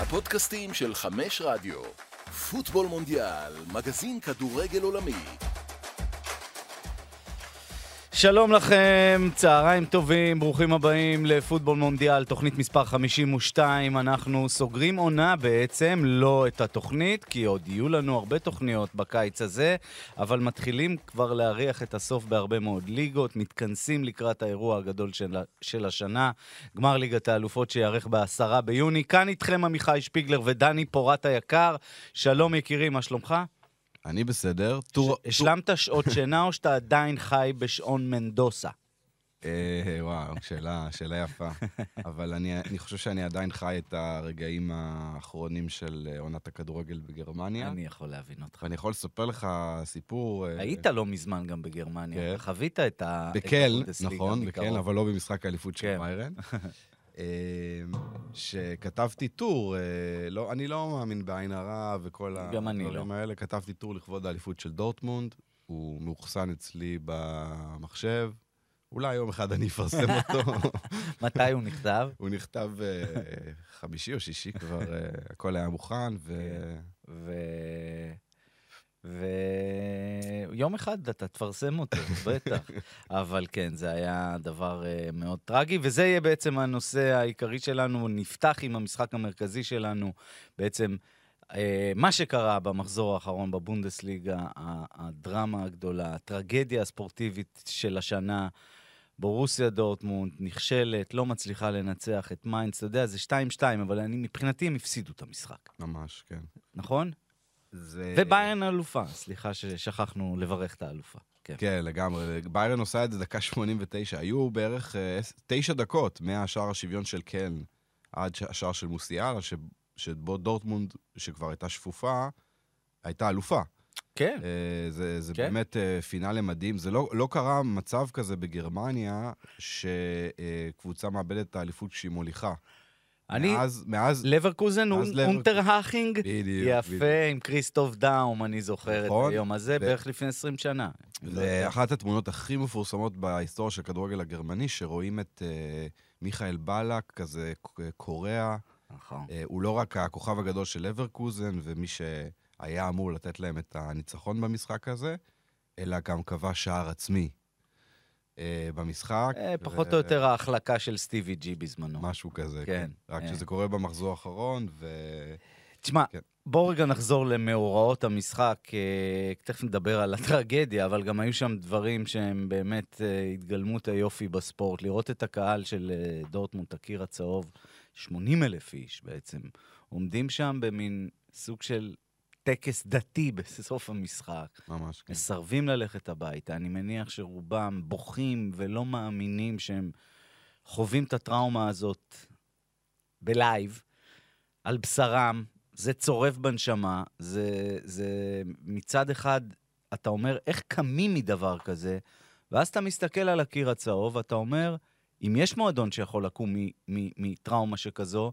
הפודקאסטים של 5 רדיו. פוטבול מונדיאל, מגזין כדורגל עולמי. שלום לכם, צהריים טובים, ברוכים הבאים לפוטבול מונדיאל, תוכנית מספר 52. אנחנו סוגרים עונה בעצם, לא את התוכנית, כי עוד יהיו לנו הרבה תוכניות בקיץ הזה, אבל מתחילים כבר להריח את הסוף בהרבה מאוד ליגות, מתכנסים לקראת האירוע הגדול של השנה, גמר ליגת האלופות שיערך ב10 ביוני. כאן איתכם עמיחי שפיגלר ודני פורט היקר. שלום יקירי, מה שלומך? אני בסדר. השלמת שעות שינה או שאתה עדיין חי בשעון מנדוסה? וואו, שאלה יפה. אבל אני חושב שאני עדיין חי את הרגעים האחרונים של עונת הכדורגל בגרמניה. אני יכול להבין אותך. ואני יכול לספר לך סיפור... היית לא מזמן גם בגרמניה. אתה חווית את בקל, נכון, בקל, אבל לא במשחק האליפות של ביירן. שכתבתי טור, אני לא מאמין בעין הרע וכל הדברים האלה, כתבתי טור לכבוד האליפות של דורטמונד, הוא מאוחסן אצלי במחשב, אולי יום אחד אני אפרסם אותו. מתי הוא נכתב? הוא נכתב חמישי או שישי, כבר הכל היה מוכן, ויום אחד אתה תפרסם אותו, בטח. אבל כן, זה היה דבר מאוד טרגי, וזה יהיה בעצם הנושא העיקרי שלנו. נפתח עם המשחק המרכזי שלנו, בעצם מה שקרה במחזור האחרון בבונדסליגה, הדרמה הגדולה, הטרגדיה הספורטיבית של השנה, בורוסיה דורטמונד נכשלת, לא מצליחה לנצח את מיינץ, אתה יודע, זה 2-2, אבל מבחינתי הם הפסידו את המשחק. ממש, כן. נכון? וביירן אלופה, סליחה ששכחנו לברך את האלופה. כן, לגמרי. ביירן עושה את זה דקה 89. היו בערך 9 דקות מהשער השוויון של קלן עד השער של מוסיאלה, שבו דורטמונד, שכבר הייתה שפופה, הייתה אלופה. כן. זה באמת פינאלי מדהים. זה לא קרה מצב כזה בגרמניה, שקבוצה מאבדת את האליפות כשהיא מוליכה. מאז לברקוזן, אונטרהאכינג, יפה, עם קריסטוף דאום, אני זוכר את היום הזה, בערך לפני 20 שנה. זה אחת התמונות הכי מפורסמות בהיסטוריה של הכדורגל הגרמני, שרואים את מיכאל בלק, כזה קוריאה. הוא לא רק הכוכב הגדול של לברקוזן, ומי שהיה אמור לתת להם את הניצחון במשחק הזה, אלא גם קבע שער עצמי. במשחק. פחות או יותר ההחלקה של סטיבי ג'י בזמנו. משהו כזה, כן. רק שזה קורה במחזור האחרון, תשמע, בואו רגע נחזור למאורעות המשחק, תכף נדבר על הטרגדיה, אבל גם היו שם דברים שהם באמת התגלמות היופי בספורט, לראות את הקהל של דורטמונד, הקיר הצהוב, 80,000 איש בעצם, עומדים שם במין סוג של טקס דתי בסוף המשחק. ממש, כן. מסרבים ללכת הביתה. אני מניח שרובם בוכים ולא מאמינים שהם חווים את הטראומה הזאת בלייב, על בשרם. זה צורף בנשמה. זה מצד אחד, אתה אומר, איך קמים מדבר כזה? ואז אתה מסתכל על הקיר הצהוב, ואתה אומר, אם יש מועדון שיכול לקום מטראומה שכזו,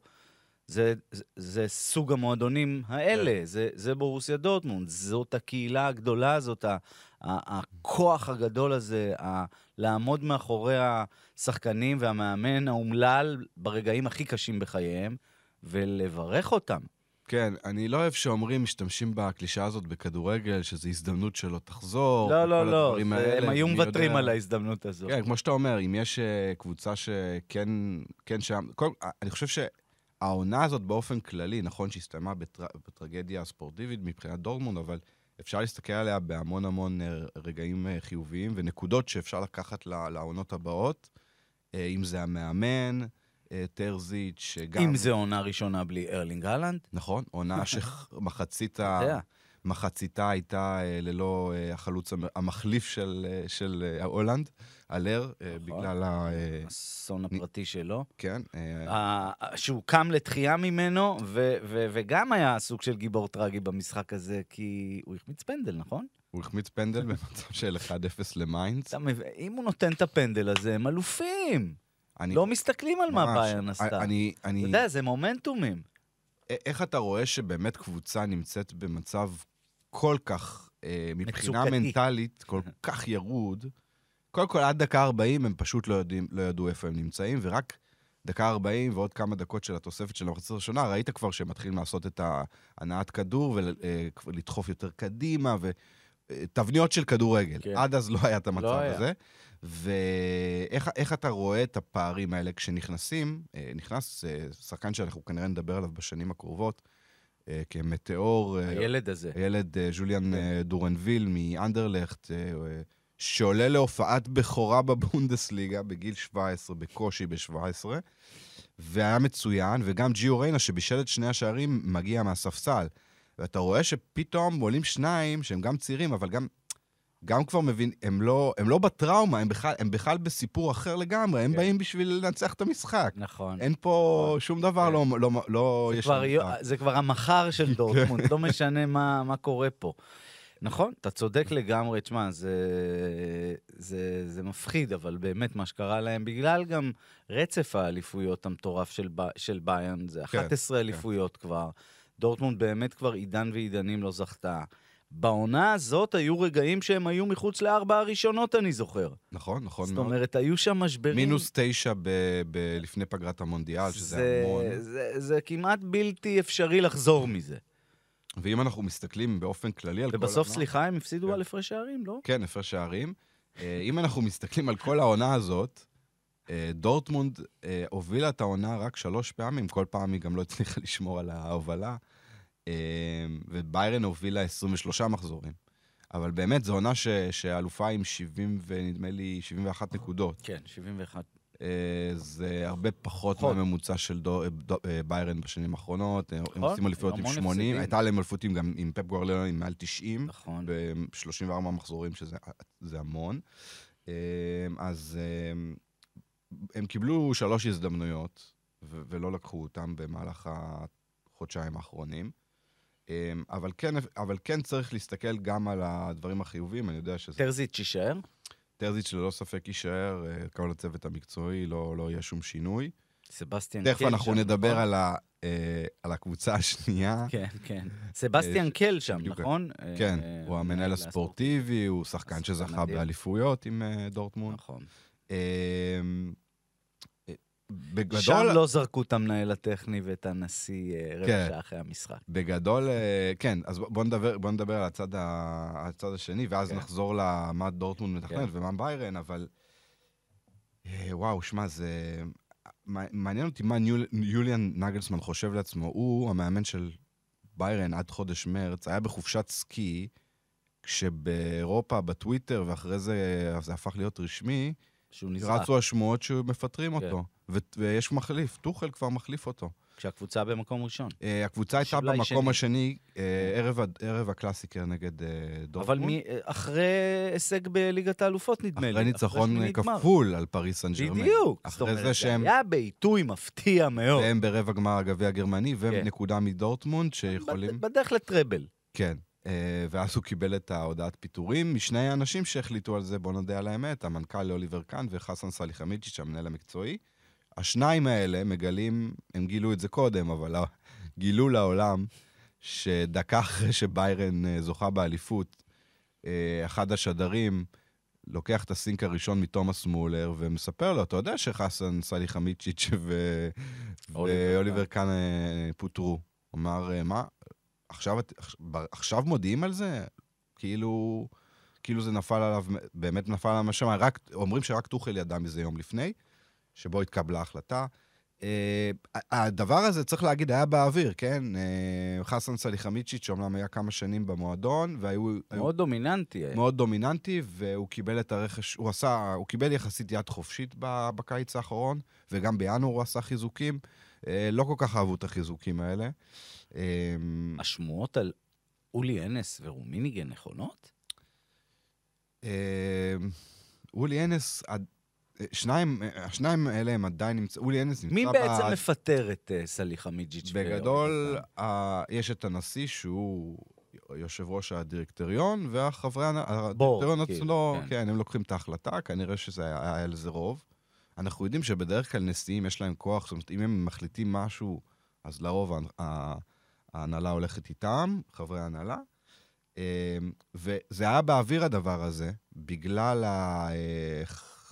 זה סוג המועדונים האלה, זה בורוסיה דורטמונד, זאת הקהילה הגדולה הזאת, הכוח הגדול הזה, לעמוד מאחורי השחקנים והמאמן האומלל ברגעים הכי קשים בחייהם, ולברך אותם. כן, אני לא אוהב שאומרים, משתמשים בקלישה הזאת בכדורגל, שזו הזדמנות שלא תחזור. לא, הם היו מוותרים על ההזדמנות הזאת. כן, כמו שאתה אומר, אם יש קבוצה שכן שם, אני חושב העונה הזאת באופן כללי, נכון שהסתיימה בטרגדיה ספורטיבית מבחינת דורטמונד, אבל אפשר להסתכל עליה בהמון המון רגעים חיוביים, ונקודות שאפשר לקחת לעונות הבאות, אם זה המאמן, טרזיץ', שגם... אם זה עונה ראשונה בלי ארלינג הלנד. נכון, עונה מחציתה הייתה ללא החלוץ המחליף של הולנד, אלר, בגלל האסון הפרטי שלו. כן. שהוא קם לתחייה ממנו, וגם היה סוג של גיבור טרגי במשחק הזה, כי הוא החמיץ פנדל, נכון? הוא החמיץ פנדל במצב של 1-0 למיינץ. אם הוא נותן את הפנדל הזה, הם אלופים. לא מסתכלים על מה ביירן עשתה. אתה יודע, זה מומנטומים. איך אתה רואה שבאמת קבוצה נמצאת במצב כל כך, מבחינה מנטלית, כל כך ירוד, קודם כל עד דקה 40 הם פשוט לא ידעו איפה הם נמצאים, ורק דקה 40 ועוד כמה דקות של התוספת של המחצית הראשונה, ראית כבר שהם מתחילים לעשות את הנעת כדור ולדחוף יותר קדימה, ותבניות של כדורגל. כן. עד אז לא היה את המצב הזה. ואיך אתה רואה את הפערים האלה כשנכנסים? נכנס שחקן שאנחנו כנראה נדבר עליו בשנים הקרובות, כמטאור... הילד הזה. הילד ז'וליאן דורנביל מאנדרלכט, שעולה להופעת בכורה בבונדסליגה בגיל 17, בקושי ב-17, והיה מצוין, וגם ג'יו ריינה שבישל את שני השערים מגיע מהספסל. ואתה רואה שפתאום עולים שניים שהם גם צעירים, אבל גם כבר מבין, הם לא בטראומה, הם בכלל בסיפור אחר לגמרי, הם באים בשביל לנצח את המשחק. נכון. אין פה שום דבר, לא יש... זה כבר המחר של דורטמונד, לא משנה מה קורה פה. נכון, אתה צודק לגמרי, תשמע, זה מפחיד, אבל באמת מה שקרה להם, בגלל גם רצף האליפויות המטורף של ביירן, זה 11 אליפויות כבר, דורטמונד באמת כבר עידן ועידנים לא זכתה. בעונה הזאת היו רגעים שהם היו מחוץ לארבע הראשונות, אני זוכר. נכון. זאת אומרת, היו שם משברים. -9 לפני פגרת המונדיאל, שזה המון. זה כמעט בלתי אפשרי לחזור מזה. ואם אנחנו מסתכלים באופן כללי על כל... ובסוף, סליחה, הם הפסידו על הפרש שערים, לא? כן, הפרש שערים. אם אנחנו מסתכלים על כל העונה הזאת, דורטמונד הובילה את העונה רק 3 פעמים, כל פעם היא גם לא הצליחה לשמור על ההובלה, וביירן הובילה 23 מחזורים. אבל באמת, זו עונה שהאלופה עם 70 ונדמה לי 71 נקודות. כן, 71. זה הרבה פחות מהממוצע של ביירן בשנים האחרונות. הם עושים אליפויות עם 80, הייתה להם אליפות גם עם פפ גוארדיולה עם מעל 90, ב-34 מחזורים, שזה המון. אז הם קיבלו 3 הזדמנויות, ולא לקחו אותם במהלך החודשיים האחרונים. אבל כן צריך להסתכל גם על הדברים החיוביים, אני יודע שזה... טרזיץ' יישאר? טרזיץ' ללא ספק יישאר, כל הצוות המקצועי, לא יהיה שום שינוי. סבסטיאן קל שם. תכף אנחנו נדבר על הקבוצה השנייה. כן. סבסטיאן קל שם, נכון? כן, הוא המנהל הספורטיבי, הוא שחקן שזכה באליפויות עם דורטמונד. נכון. בגדול... שם לא זרקו את המנהל הטכני ואת הנשיא רבע שעה אחרי המשחק. בגדול, כן, אז בוא נדבר על הצד השני, ואז נחזור למה דורטמונד מתכננת ומה ביירן, אבל וואו, שמה, זה... מעניין אותי מה יוליאן נגלסמן חושב לעצמו. הוא, המאמן של ביירן עד חודש מרץ, היה בחופשת סקי, כשבאירופה, בטוויטר, ואחרי זה הפך להיות רשמי, רצו השמועות שמפטרים אותו. ויש מחליף, טוחל כבר מחליף אותו. כשהקבוצה במקום ראשון. הקבוצה הייתה במקום השני, ערב הקלאסיקר נגד דורטמונד. אבל אחרי הישג בליגת האלופות נדמה לי. אחרי ניצחון כפול על פריס סן ז'רמן. בדיוק. זאת אומרת, זה היה בעיתוי מפתיע מאוד. והם ברבע גמר הגביע הגרמני, והם נקודה מדורטמונד שיכולים... בדרך לטראבל. כן. ואז הוא קיבל את ההודעת פיטורים משני האנשים שהחליטו על זה, בוא נדע על האמת, המנכ"ל אוליבר קאן וחסן סליחמיצ'יץ', המנהל המקצועי. השניים האלה מגלים, הם גילו את זה קודם, אבל גילו לעולם שדקה אחרי שביירן זוכה באליפות, אחד השדרים לוקח את הסינק הראשון מתומאס מולר ומספר לו, אתה יודע שחסן סליחמיצ'יץ' ואוליבר קאן פוטרו. הוא אמר, מה? עכשיו מודיעים על זה? כאילו זה נפל עליו, באמת נפל עליו משמיים. אומרים שרק טוחל ידע מזה יום לפני, שבו התקבלה החלטה. הדבר הזה, צריך להגיד, היה באוויר, כן? חסן סליחמיצ'יץ' שאומנם היה כמה שנים במועדון, מאוד דומיננטי. מאוד דומיננטי, והוא קיבל את הרכש, הוא קיבל יחסית יד חופשית בקיץ האחרון, וגם בינואר הוא עשה חיזוקים. לא כל כך אהבו את החיזוקים האלה. השמועות על אולי אנס ורומיניגן נכונות? אולי אנס, השניים האלה הם עדיין נמצא, אולי אנס נמצא... מי בעצם מפטר את סליחמיצ'יץ'? בגדול, יש את הנשיא שהוא יושב ראש הדירקטוריון, והחברי הדירקטוריון עצמו, כן, הם לוקחים את ההחלטה, כנראה שזה היה לזה רוב. אנחנו יודעים שבדרך כלל נשיאים יש להם כוח, זאת אומרת, אם הם מחליטים משהו, אז לרוב ההנהלה הולכת איתם, חברי ההנהלה, וזה היה באוויר הדבר הזה, בגלל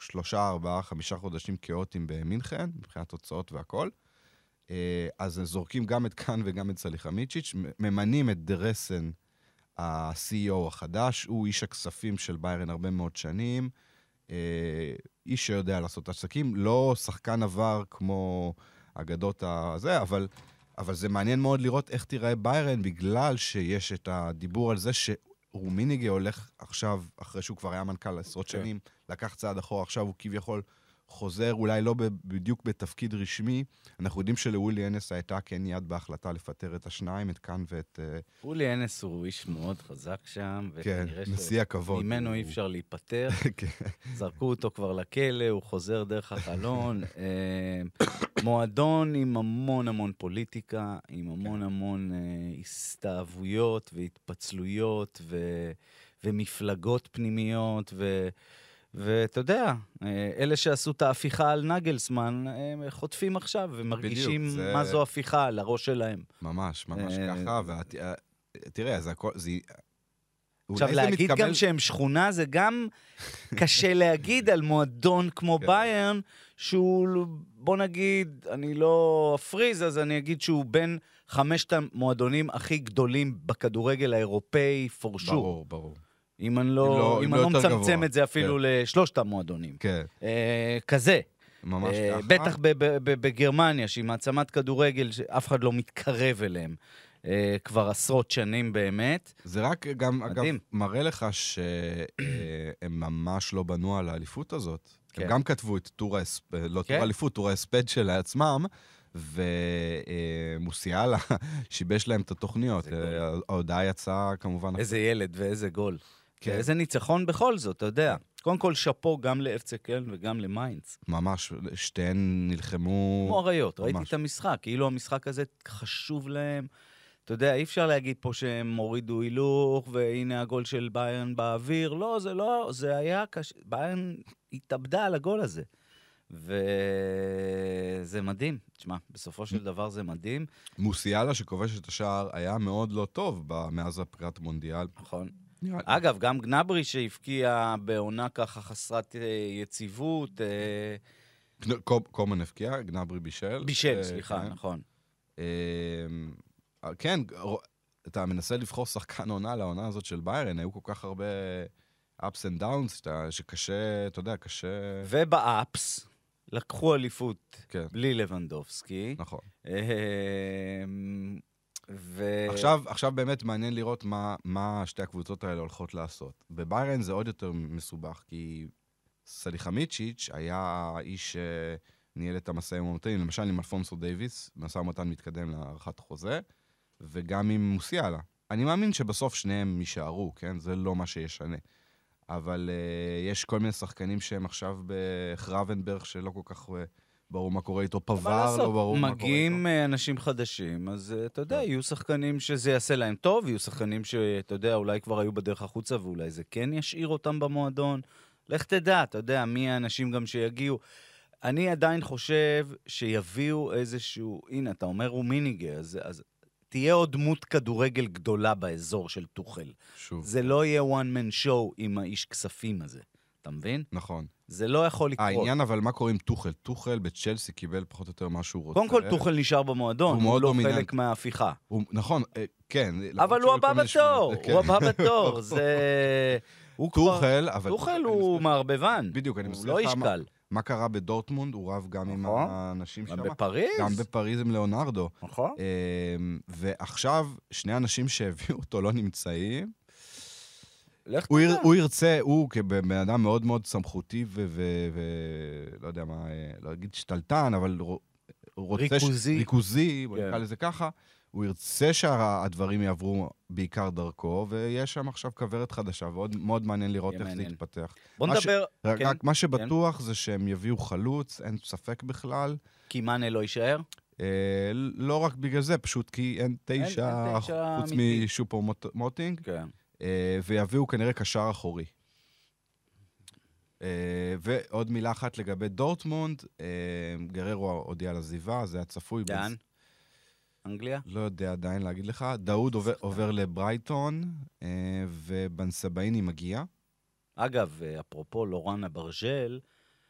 3, 4, 5 חודשים כאוטיים במינכן, מבחינת תוצאות והכל. אז זורקים גם את קאן וגם את סליחמיצ'יץ', ממנים את דרסן, ה-CEO החדש, הוא איש הכספים של ביירן הרבה מאוד שנים, איש שיודע לעשות עסקים, לא שחקן עבר כמו אגדות הזה, אבל זה מעניין מאוד לראות איך תיראה ביירן, בגלל שיש את הדיבור על זה שרומיניגה הולך עכשיו, אחרי שהוא כבר היה מנכ"ל עשרות שנים, לקח צעד אחורה, עכשיו הוא כביכול חוזר, אולי לא בדיוק בתפקיד רשמי. אנחנו יודעים שלווילי אנס הייתה כן יד בהחלטה לפטר את השניים, את קאן ואת... ווילי אנס הוא איש מאוד חזק שם, כן, נשיא הכבוד. ממנו אי אפשר להיפטר. זרקו אותו כבר לכלא, הוא חוזר דרך החלון. מועדון עם המון המון פוליטיקה, עם המון המון הסתאבויות והתפצלויות ומפלגות פנימיות ואתה יודע, אלה שעשו את ההפיכה על נגלסמן, הם חוטפים עכשיו ומרגישים בדיוק, מה זו הפיכה על הראש שלהם. ממש, ממש ככה, תראה, זה הכל, עכשיו, להגיד גם שהם שכונה, זה גם קשה להגיד על מועדון כמו ביירן, שהוא, בוא נגיד, אני לא אפריז, אז אני אגיד שהוא בין 5 המועדונים הכי גדולים בכדורגל האירופאי, for sure. ברור, ברור. אם אני לא מצמצם את זה אפילו ל3 המועדונים. כן. כזה. ממש ככה. בטח בגרמניה, שהיא מעצמת כדורגל, שאף אחד לא מתקרב אליהם. כבר עשרות שנים באמת. זה רק גם, אגב, מראה לך שהם ממש לא בנו על האליפות הזאת. הם גם כתבו את טור האליפות, טור ההספד של עצמם, ומוסיאלה שיבש להם את התוכניות. ההודעה יצאה כמובן... איזה ילד ואיזה גול. איזה ניצחון בכל זאת, אתה יודע. קודם כל שפו גם לאפצה קלן וגם למיינץ. ממש, שתיהן נלחמו... כמו אריות, ראיתי את המשחק. כאילו המשחק הזה חשוב להם. אתה יודע, אי אפשר להגיד פה שהם הורידו הילוך, והנה הגול של ביירן באוויר. לא, זה לא, זה היה קשה. ביירן התאבדה על הגול הזה. וזה מדהים. תשמע, בסופו של דבר זה מדהים. מוסיאלה שכובש את השער היה מאוד לא טוב מאז הפגרת מונדיאל. נכון. אגב, גם גנברי שהפקיע בעונה ככה חסרת יציבות. קומן הפקיע, גנברי בישל. בישל, סליחה, נכון. כן, אתה מנסה לבחור שחקן עונה לעונה הזאת של ביירן, היו כל כך הרבה ups and downs, שקשה, אתה יודע, קשה... ובאפס לקחו אליפות בלי לבנדובסקי. נכון. עכשיו באמת מעניין לראות מה שתי הקבוצות האלה הולכות לעשות. בביירן זה עוד יותר מסובך, כי סליחמיצ'יץ' היה איש שניהל את המסע ומתנים, למשל עם אלפונסו דייביס, מסע ומתן מתקדם להארכת חוזה, וגם עם מוסיאלה. אני מאמין שבסוף שניהם יישארו, כן? זה לא מה שישנה. אבל יש כל מיני שחקנים שהם עכשיו בחרבנברג, שלא כל כך ברור מה קורה איתו, פבר, לא ברור מה קורה איתו. מגיעים אנשים חדשים, אז אתה יודע, יהיו שחקנים שזה יעשה להם טוב, יהיו שחקנים שאתה יודע, אולי כבר היו בדרך החוצה, ואולי זה כן ישאיר אותם במועדון. לך תדע, אתה יודע, מי האנשים גם שיגיעו. אני עדיין חושב שיביאו איזשהו, הנה, אתה אומר רומיניגה, אז תהיה עוד דמות כדורגל גדולה באזור של טוחל. שוב. זה לא יהיה one man show עם האיש כספים הזה. אתה מבין? נכון. זה לא יכול לקרות. העניין אבל מה קורה עם טוחל? טוחל בצ'לסי קיבל פחות או יותר מה שהוא רוצה. קודם כל טוחל נשאר במועדון, הוא לא חלק מההפיכה. נכון, כן. אבל הוא הבא בתור, הוא הבא בתור. טוחל הוא מערבבן. בדיוק, אני מסתכל. הוא לא ישקל. מה קרה בדורטמונד? הוא רב גם עם האנשים שם. גם בפריז. גם בפריז עם ליאונרדו. נכון. ועכשיו, שני אנשים שהביאו אותו לא נמצאים. הוא ירצה, הוא כבן אדם מאוד מאוד סמכותי ולא יודע מה, לא אגיד שתלטן, אבל הוא רוצה... ריכוזי, בוא נקרא לזה ככה. הוא ירצה שהדברים יעברו בעיקר דרכו, ויש שם עכשיו כברת חדשה, ועוד מאוד מעניין לראות איך זה יתפתח. בוא נדבר... רק מה שבטוח זה שהם יביאו חלוץ, אין ספק בכלל. כי מאנה לא יישאר? לא רק בגלל זה, פשוט כי אין 9 חוץ משופו מוטינג. כן. ויביאו כנראה קשר אחורי. ועוד מילה אחת לגבי דורטמונד, גררו הודיע על עזיבה, זה הצפוי. דן? אנגליה? לא יודע עדיין להגיד לך. דאוד עובר לברייטון, ובנסבאיני מגיע. אגב, אפרופו לורן אברג'ל,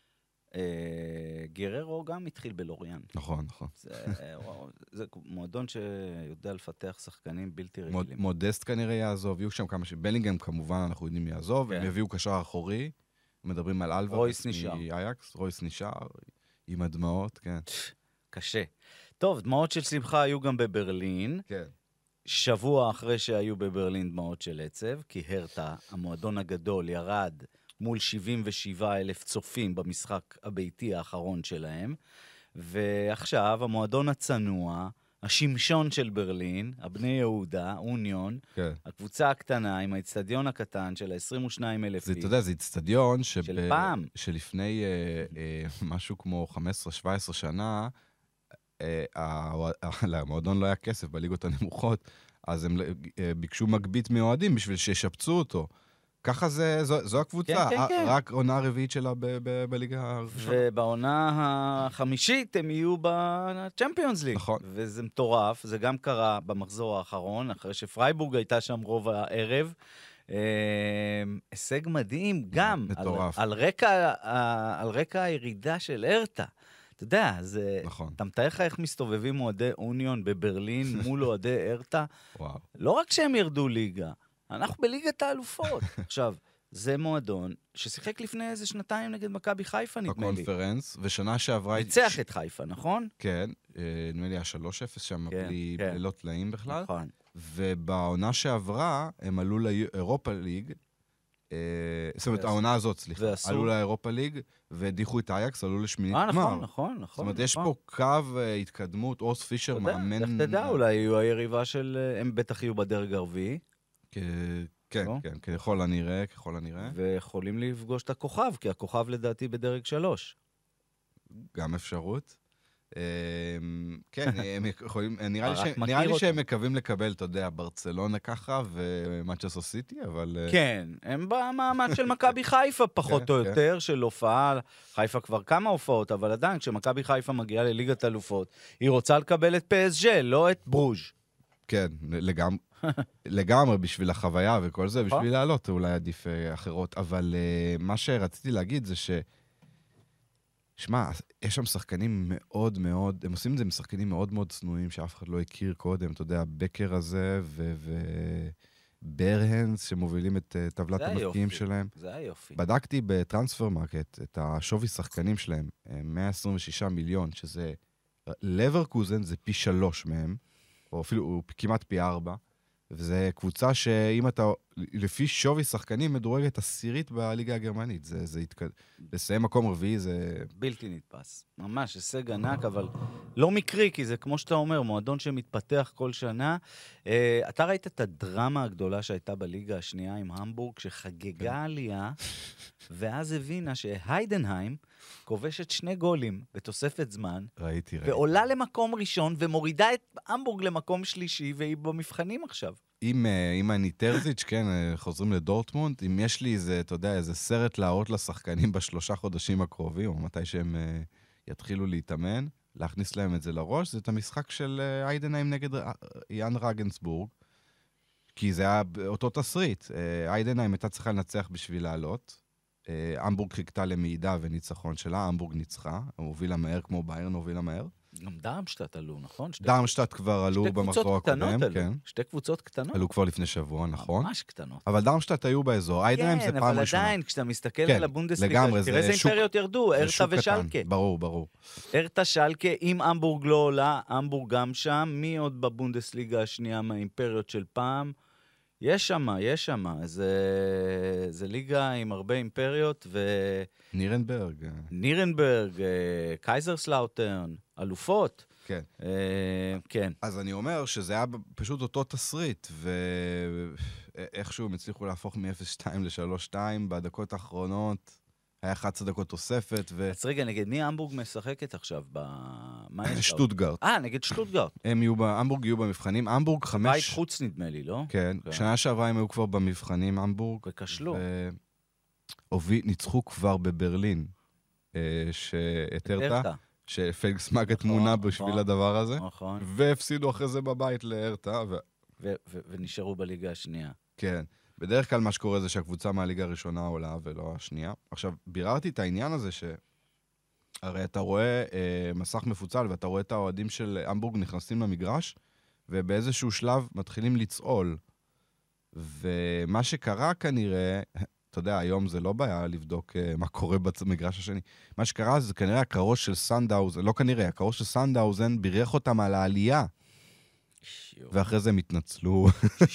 גררו גם התחיל בלוריאן. נכון, נכון. זה מועדון שיודע לפתח שחקנים בלתי רגילים. מודסט כנראה יעזוב, יהיו שם כמה בלינגהם כמובן, אנחנו יודעים יעזוב, הם יביאו קשר אחורי, מדברים על אלוורס מאייקס, רויס נשאר, עם הדמעות, כן. קשה. טוב, דמעות של שמחה היו גם בברלין. כן. שבוע אחרי שהיו בברלין דמעות של עצב, כי הרטה, המועדון הגדול, ירד מול 77,000 צופים במשחק הביתי האחרון שלהם, ועכשיו המועדון הצנוע, השמשון של ברלין, הבני יהודה, אוניון, כן. הקבוצה הקטנה עם האצטדיון הקטן של ה-22,000 איש. אתה יודע, זה אצטדיון של פעם. שלפני משהו כמו 15-17 שנה, למועדון לא היה כסף בליגות הנמוכות, אז הם ביקשו מגבית מאוהדים בשביל שישפצו אותו. ככה זו הקבוצה, רק עונה רביעית שלה בליגה הראשונה. ובעונה החמישית הם יהיו בצ'מפיונס ליג. נכון. וזה מטורף, זה גם קרה במחזור האחרון, אחרי שפרייבורג הייתה שם רוב הערב. הישג מדהים גם, על רקע הירידה של הרטה. אתה יודע, נכון. אתה מתאר לך איך מסתובבים אוהדי אוניון בברלין מול אוהדי הרטה? וואו. לא רק שהם ירדו ליגה, אנחנו בליגת האלופות. עכשיו, זה מועדון ששיחק לפני איזה שנתיים נגד מכבי חיפה, נדמה לי. בקונפרנס, ושנה שעברה... ניצח את חיפה, נכון? כן, נדמה לי היה 3-0 שם, בלי לא תלאים בכלל. נכון. ובעונה שעברה, הם עלו לאירופה ליג, זאת אומרת, העונה הזאת, סליחה, עלו לאירופה ליג, והדיחו את אייקס, עלו לשמינית גמר. נכון. זאת אומרת, יש פה קו התקדמות, אורס פישר מאמן... איך תדע, אולי יהיו היריבה של... הם בטח יהיו בדרג הרביעי. כן, ככל הנראה. ויכולים לפגוש את הכוכב, כי הכוכב לדעתי בדרג 3. גם אפשרות. כן, הם יכולים, נראה לי שהם מקווים לקבל, אתה יודע, ברצלונה ככה, ומנצ'סטר סיטי, אבל... כן, הם במעמד של מכבי חיפה, פחות או יותר, של הופעה, חיפה כבר כמה הופעות, אבל עדיין, כשמכבי חיפה מגיעה לליגת אלופות, היא רוצה לקבל את PSG, לא את ברוז'. כן, לגמרי, בשביל החוויה וכל זה, בשביל לעלות, אולי עדיף אחרות, אבל מה שרציתי להגיד זה ש... שמע, יש שם שחקנים מאוד מאוד, הם עושים את זה עם שחקנים מאוד מאוד צנועים, שאף אחד לא הכיר קודם, אתה יודע, בקר הזה וברהנס, שמובילים את טבלת המבקיעים שלהם. זה היה יופי. בדקתי בטרנספר מרקט את השווי שחקנים שלהם, 126 מיליון, שזה, לברקוזן זה פי 3 מהם, או אפילו כמעט פי 4, וזו קבוצה שאם אתה, לפי שווי שחקנים, מדורגת עשירית בליגה הגרמנית. לסיים מקום רביעי זה... בלתי נתפס. ממש, הישג ענק, אבל לא מקרי, כי זה כמו שאתה אומר, מועדון שמתפתח כל שנה. אתה ראית את הדרמה הגדולה שהייתה בליגה השנייה עם המבורג, שחגגה עלייה, ואז הבינה שהיידנהיים כובשת 2 גולים בתוספת זמן, ראיתי. ועולה למקום ראשון, ומורידה את המבורג למקום שלישי, והיא במבחנים עכשיו. אם אני טרזיץ', כן, חוזרים לדורטמונד, אם יש לי איזה, אתה יודע, איזה סרט להראות לשחקנים ב3 חודשים הקרובים, או מתי שהם יתחילו להתאמן, להכניס להם את זה לראש, זה את המשחק של היידנהיים נגד יאן רגנסבורג, כי זה היה אותו תסריט. היידנהיים הייתה צריכה לנצח בשביל לעלות, המבורג חיכתה למעידה וניצחון שלה, המבורג ניצחה, הובילה מהר כמו ביירן הובילה מהר. גם דרמשטט עלו, נכון? דרמשטט כבר עלו במחזור הקודם, כן. 2 קבוצות קטנות. עלו כבר לפני שבוע, נכון. ממש קטנות. אבל דרמשטט היו באזור, היידנהיים זה פעם ראשונה. כן, אבל עדיין, כשאתה מסתכל על הבונדסליגה, תראה איזה אימפריות ירדו, הרטה ושלקה. ברור. הרטה, שלקה, אם המבורג לא עולה, המבורג גם שם, מי עוד בבונדסליגה השנייה מהאימפריות של פעם? יש שם. זה ליגה עם הרבה אימפריות, נירנברג, קייזרסלאוטרן, אלופות. כן. כן. אז אני אומר שזה היה פשוט אותו תסריט, ואיכשהו הם הצליחו להפוך מ-0-2 ל-3-2 בדקות האחרונות. היה 11 דקות תוספת. אז רגע, נגד מי המבורג משחקת עכשיו? שטוטגרט. נגד שטוטגרט. המבורג יהיו במבחנים. המבורג 5... בית חוץ נדמה לי, לא? כן. שנה שעברה הם היו כבר במבחנים, המבורג. וכשלו. ניצחו כבר בברלין, את הרטה, שפליקסמאגט מונה בשביל הדבר הזה. נכון. והפסידו אחרי זה בבית להרטה. ונשארו בליגה השנייה. כן. בדרך כלל מה שקורה זה שהקבוצה מהליגה הראשונה עולה ולא השנייה. עכשיו, ביררתי את העניין הזה הרי אתה רואה מסך מפוצל, ואתה רואה את האוהדים של המבורג נכנסים למגרש, ובאיזשהו שלב מתחילים לצעול. ומה שקרה כנראה, אתה יודע, היום זה לא בעיה לבדוק מה קורה במגרש השני. מה שקרה זה כנראה הקרוש של סנדאוזן, לא כנראה, הקרוש של סנדאוזן בירך אותם על העלייה. ואחרי זה הם התנצלו.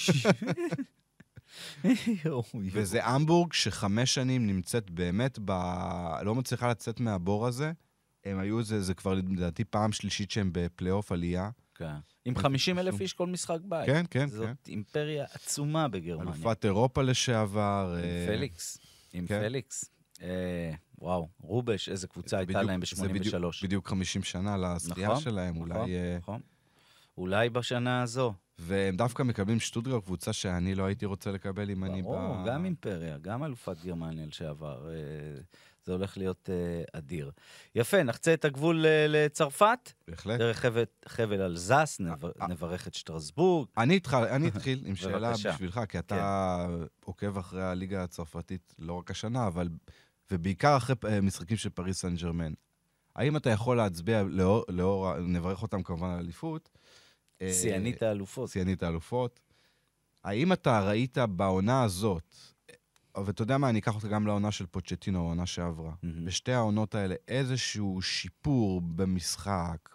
וזה המבורג ש5 שנים נמצאת באמת, לא מצליחה לצאת מהבור הזה. הם היו, זה כבר לדעתי פעם שלישית שהם בפלייאוף עלייה. כן. עם 50,000 איש כל משחק בית. כן, כן, כן. זאת אימפריה עצומה בגרמניה. אלופת אירופה לשעבר. עם פליקס. וואו, רובש, איזה קבוצה הייתה להם ב-83. זה בדיוק 50 שנה לזכייה שלהם, אולי... נכון. אולי בשנה הזו. והם דווקא מקבלים שטוטגרט, קבוצה שאני לא הייתי רוצה לקבל אם אני... ברור, גם אימפריה, גם אלופת גרמניה לשעבר. זה הולך להיות אדיר. יפה, נחצה את הגבול לצרפת. בהחלט. דרך חבל אלזס, נברך את שטרסבורג. אני אתחיל עם שאלה בשבילך, כי אתה עוקב אחרי הליגה הצרפתית לא רק השנה, אבל... ובעיקר אחרי משחקים של פריס סן ז'רמן. האם אתה יכול להצביע לאור, נברך אותם כמובן על אליפות, שיאנית האלופות. שיאנית האלופות. האם אתה ראית בעונה הזאת, ואתה יודע מה, אני אקח אותה גם לעונה של פוצ'טינו, העונה שעברה. בשתי העונות האלה, איזשהו שיפור במשחק,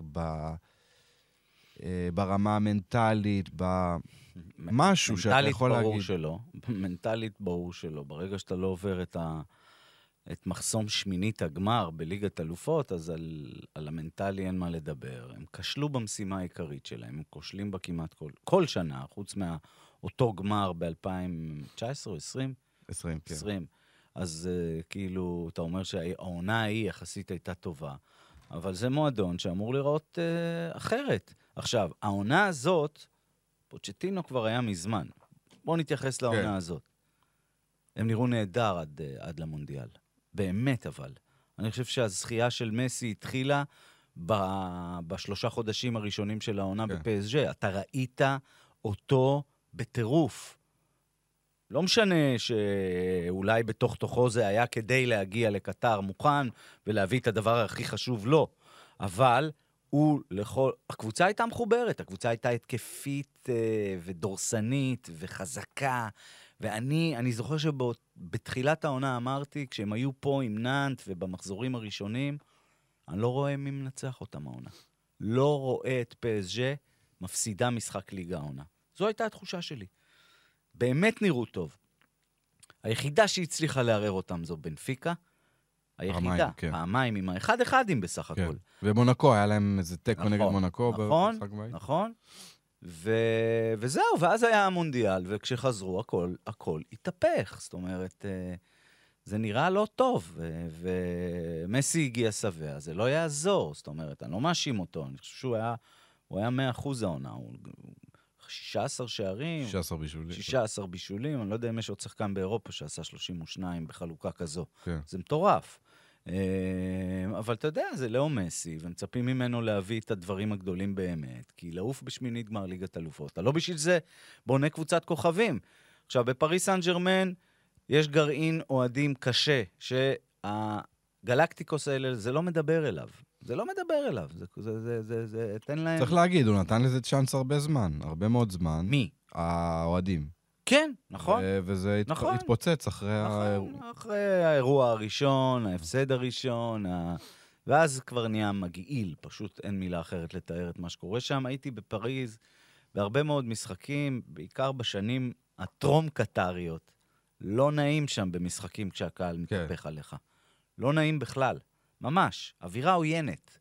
ברמה המנטלית, במשהו שאתה יכול להגיד. מנטלית ברור שלא. ברגע שאתה לא עובר את מחסום שמינית הגמר בליגת אלופות, אז על המנטלי אין מה לדבר. הם כשלו במשימה העיקרית שלהם, הם כושלים בה כמעט כל שנה, חוץ מאותו גמר ב-2019 או 20? 20, כן. 20. אז כאילו, אתה אומר שהעונה ההיא יחסית הייתה טובה, אבל זה מועדון שאמור לראות אחרת. עכשיו, העונה הזאת, פוצ'טינו כבר היה מזמן. בואו נתייחס לעונה הזאת. הם נראו נהדר עד למונדיאל. באמת אבל. אני חושב שהזכייה של מסי התחילה ב3 חודשים הראשונים של העונה בפסג'. אתה ראית אותו בטירוף. לא משנה שאולי בתוך תוכו זה היה כדי להגיע לקטר מוכן ולהביא את הדבר הכי חשוב לו. אבל הקבוצה הייתה מחוברת, הקבוצה הייתה התקפית ודורסנית וחזקה. ואני זוכר שבתחילת העונה אמרתי, כשהם היו פה עם נאנט ובמחזורים הראשונים, אני לא רואה מי מנצח אותם העונה. לא רואה את פסג' מפסידה משחק ליגה העונה. זו הייתה התחושה שלי. באמת נראו טוב. היחידה שהצליחה לערער אותם זו בנפיקה. היחידה, פעמיים עם האחד-אחדים בסך הכל. ומונקו, היה להם איזה טקו נגד מונקו. נכון. וזהו, ואז היה המונדיאל, וכשחזרו הכל התהפך. זאת אומרת, זה נראה לא טוב, ומסי הגיע שבע, זה לא יעזור. זאת אומרת, אני לא מאשים אותו, אני חושב שהוא היה 100% העונה, הוא 16 שערים. 16 בישולים, אני לא יודע אם יש עוד שחקן באירופה שעשה 32 בחלוקה כזו. זה מטורף. אבל אתה יודע, זה לא מסי, ומצפים ממנו להביא את הדברים הגדולים באמת, כי לעוף בשמינית גמר ליגת אלופות. אתה לא בשביל זה בונה קבוצת כוכבים. עכשיו, בפריס סן ז'רמן יש גרעין אוהדים קשה, שהגלקטיקוס האלה, זה לא מדבר אליו. זה לא מדבר אליו. זה תן להם... צריך להגיד, הוא נתן לזה צ'אנס הרבה זמן, הרבה מאוד זמן. מי? האוהדים. כן, נכון. וזה התפוצץ אחרי האירוע הראשון, ההפסד הראשון, ואז כבר נהיה מגעיל, פשוט אין מילה אחרת לתאר את מה שקורה שם. הייתי בפריז בהרבה מאוד משחקים, בעיקר בשנים הטרום-קטריות. לא נעים שם במשחקים כשהקהל מתהפך עליך. לא נעים בכלל, ממש, אווירה עוינת.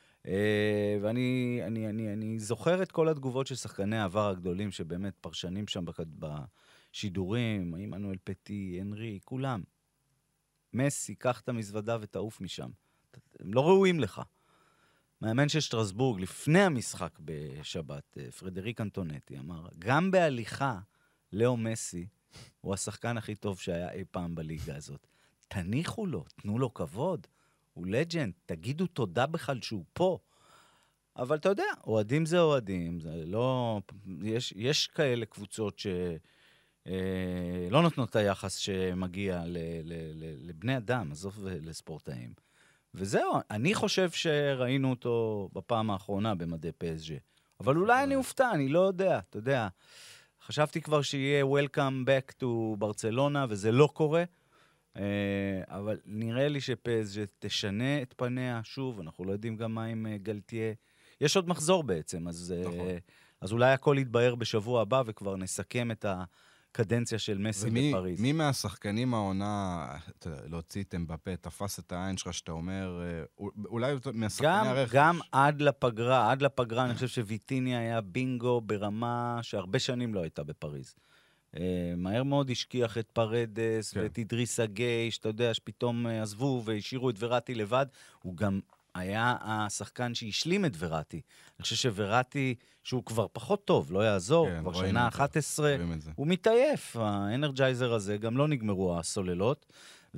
ואני זוכר את כל התגובות של שחקני העבר הגדולים, שבאמת פרשנים שם בשידורים, עמנואל פטי, הנרי, כולם. מסי, קח את המזוודה ותעוף משם. הם לא ראויים לך. מאמן של שטרסבורג, לפני המשחק בשבת, פרדריק אנטונטי אמר, גם בהליכה, לאו מסי, הוא השחקן הכי טוב שהיה אי פעם בליגה הזאת. תניחו לו, תנו לו כבוד. הוא לג'נד, תגידו תודה בכלל שהוא פה. אבל אתה יודע, אוהדים זה אוהדים, זה לא... יש כאלה קבוצות שלא נותנות את היחס שמגיע לבני אדם, עזוב לספורטאים. וזהו, אני חושב שראינו אותו בפעם האחרונה במדי PSG. אבל אולי אני אופתע, אני לא יודע, אתה יודע. חשבתי כבר שיהיה Welcome back to ברצלונה, וזה לא קורה. אבל נראה לי שפסג' תשנה את פניה, שוב, אנחנו לא יודעים גם מה עם גלטיה. יש עוד מחזור בעצם, אז אולי הכל יתבהר בשבוע הבא, וכבר נסכם את הקדנציה של מסי בפריז. מי מהשחקנים העונה, להוציא את אמבפה, תפס את העין שלך שאתה אומר, אולי מהשחקני הרכש? גם עד לפגרה, אני חושב שוויטיניה היה בינגו ברמה שהרבה שנים לא הייתה בפריז. מהר מאוד השכיח את פרדס ואת אידריסה גיי, שאתה יודע, שפתאום עזבו והשאירו את וראטי לבד. הוא גם היה השחקן שהשלים את וראטי. אני חושב שוראטי, שהוא כבר פחות טוב, לא יעזור, כבר שנה 11, הוא מתעייף. האנרג'ייזר הזה, גם לא נגמרו הסוללות,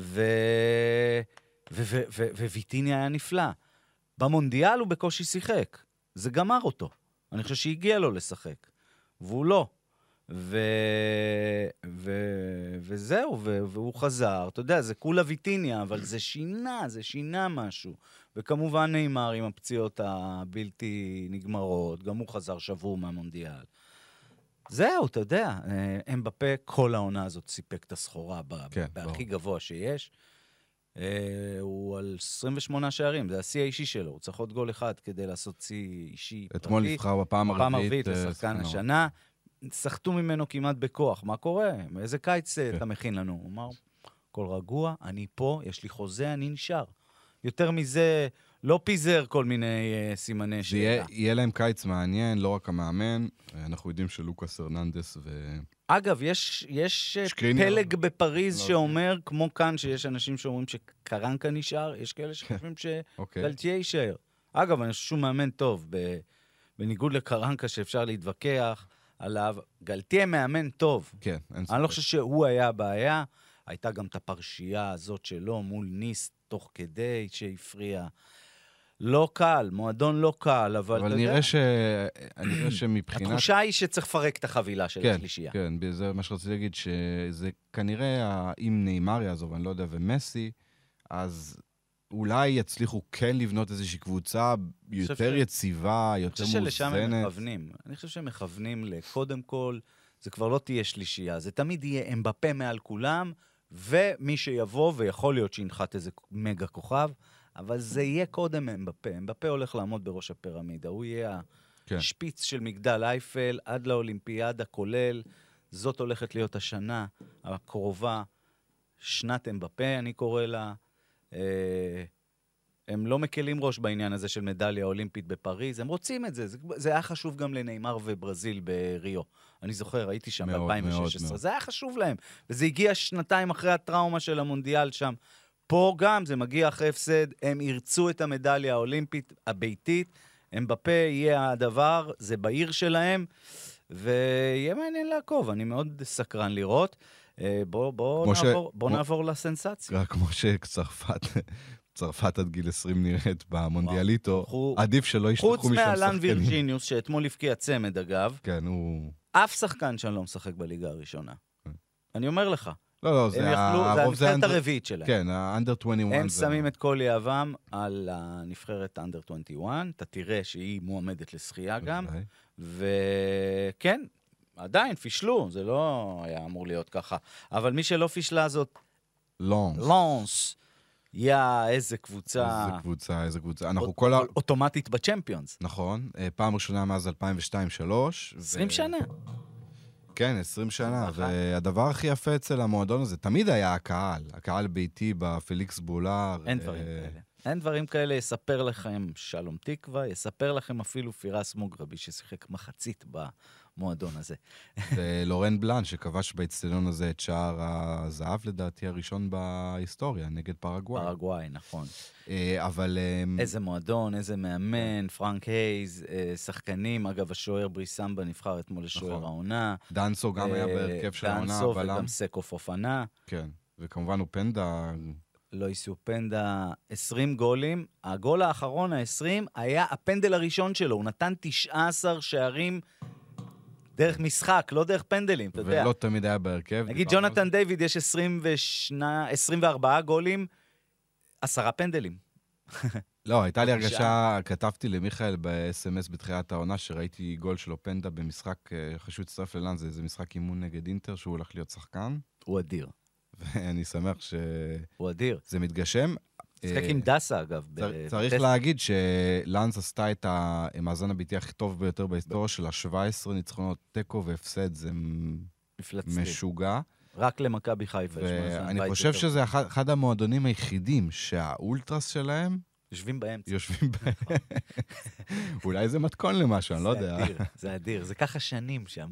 וויטיניה היה נפלא. במונדיאל הוא בקושי שיחק. זה גמר אותו. אני חושב שהגיע לו לשחק. והוא לא. וזהו, והוא חזר, אתה יודע, זה כולה ויטיניה, אבל זה שינה משהו. וכמובן ניימר עם הפציעות הבלתי נגמרות, גם הוא חזר שבוע מהמונדיאל. זהו, אתה יודע, אמבפה כל העונה הזאת סיפק את הסחורה בהכי גבוה שיש. הוא על 28 שערים, זה השיא האישי שלו, הוא צריך עוד גול אחד כדי לעשות שיא אישי. אתמול נבחר בפעם הרביעית לשחקן השנה. סחטו ממנו כמעט בכוח, מה קורה? איזה קיץ אתה מכין לנו? הוא אמר, כל רגוע, אני פה, יש לי חוזה, אני נשאר. יותר מזה, לא פיזר כל מיני סימני שאלה. יהיה להם קיץ מעניין, לא רק המאמן, אנחנו יודעים שלוקאס הרננדס אגב, יש פלג בפריז שאומר, כמו כאן, שיש אנשים שאומרים שקרנקה נשאר, יש כאלה שחושבים שגלטיה יישאר. אגב, אני חושב שהוא מאמן טוב, בניגוד לקרנקה שאפשר להתווכח, עליו, גלטיה מאמן טוב. כן, אין ספק. אני לא חושב שהוא היה הבעיה, הייתה גם את הפרשייה הזאת שלו מול ניס תוך כדי שהפריע. לא קל, מועדון לא קל, אבל נראה שמבחינת... התחושה היא שצריך לפרק את החבילה של השלישייה. כן, זה מה שרציתי להגיד, שזה כנראה, אם ניימר יעזוב, אני לא יודע, ומסי, אז אולי יצליחו כן לבנות איזושהי קבוצה יותר יציבה, יותר מוזנת. אני חושב שלשם הם מכוונים. אני חושב שהם מכוונים לקודם כל, זה כבר לא תהיה שלישייה, זה תמיד יהיה אמבפה מעל כולם, ומי שיבוא, ויכול להיות שינחת איזה מגה כוכב, אבל זה יהיה קודם אמבפה. אמבפה הולך לעמוד בראש הפירמידה, הוא יהיה השפיץ של מגדל אייפל, עד לאולימפיאדה כולל, זאת הולכת להיות השנה הקרובה, שנת אמבפה, אני קורא לה, הם לא מקלים ראש בעניין הזה של מדליה אולימפית בפריז, הם רוצים את זה. זה היה חשוב גם לניימר וברזיל בריו. אני זוכר, הייתי שם ב-2016. זה היה חשוב להם. וזה הגיע שנתיים אחרי הטראומה של המונדיאל שם. פה גם זה מגיע אחרי הפסד, הם ירצו את המדליה האולימפית הביתית, אמבפה יהיה הדבר, זה בעיר שלהם, ויהיה מעניין לעקוב. אני מאוד סקרן לראות. בוא נעבור לסנסציה. כמו שצרפת עד גיל 20 נראית במונדיאליטו, עדיף שלא ישלחו משם שחקנים. חוץ מאלן וירג'יניוס, שאתמול הפקיע צמד אגב, כן, הוא... אף שחקן שאני לא משחק בליגה הראשונה. אני אומר לך. לא, זה הנבחרת הרביעית שלהם. כן, האנדר 21. הם שמים את כל יאבם על הנבחרת האנדר 21, אתה תראה שהיא מועמדת לשחייה גם, וכן, עדיין פישלו, זה לא היה אמור להיות ככה. אבל מי שלא פישלה זאת... לונס. איזה קבוצה. איזה קבוצה. אוטומטית בצ'מפיונס. נכון. פעם ראשונה מאז 2002-2003. 20 שנה. כן, 20 שנה. והדבר הכי יפה אצל המועדון הזה, תמיד היה הקהל ביתי בפליקס בולר. אין דברים כאלה. אין דברים כאלה, יספר לכם שלום תקווה, יספר לכם אפילו פירס מוגרבי, ששיחק מחצית במועדון הזה. ולורן בלן, שכבש באצטדיון הזה את שער הזהב, לדעתי, הראשון בהיסטוריה, נגד פרגוואי. פרגוואי, נכון. אבל... איזה מועדון, איזה מאמן, פרנק הייז, שחקנים, אגב, השוער בריסמבה נבחר אתמול לשוער העונה. דנסו גם היה בהרכב של העונה. דנסו וגם סקו פופנה. כן, וכמובן הוא פנדה... לא יסו פנדה, 20 גולים. הגול האחרון, ה-20, היה הפנדל הראשון שלו. הוא נתן 19 שערים דרך משחק, לא דרך פנדלים, אתה יודע. ולא תמיד היה בהרכב. נגיד, ג'ונתן דיוויד יש 24 גולים, 10 פנדלים. לא, הייתה לי הרגשה, כתבתי למיכאל ב-SMS בתחילת העונה, שראיתי גול של אופנדה במשחק, אחרי שהוא הצטרף ללאנס, זה משחק אימון נגד אינטר, שהוא הולך להיות שחקן. הוא אדיר. ואני שמח הוא אדיר. שזה מתגשם. משחק עם דסה, אגב. צריך להגיד שלאנס עשתה את המאזן הביתי הכי טוב ביותר בהיסטוריה של ה-17 ניצחונות טקו והפסד, זה משוגע. רק למכבי חיפה. ואני חושב שזה אחד המועדונים היחידים שהאולטרס שלהם יושבים באמצע. יושבים באמצע. אולי זה מתכון למשהו, אני לא יודע. זה אדיר, זה ככה שנים שם.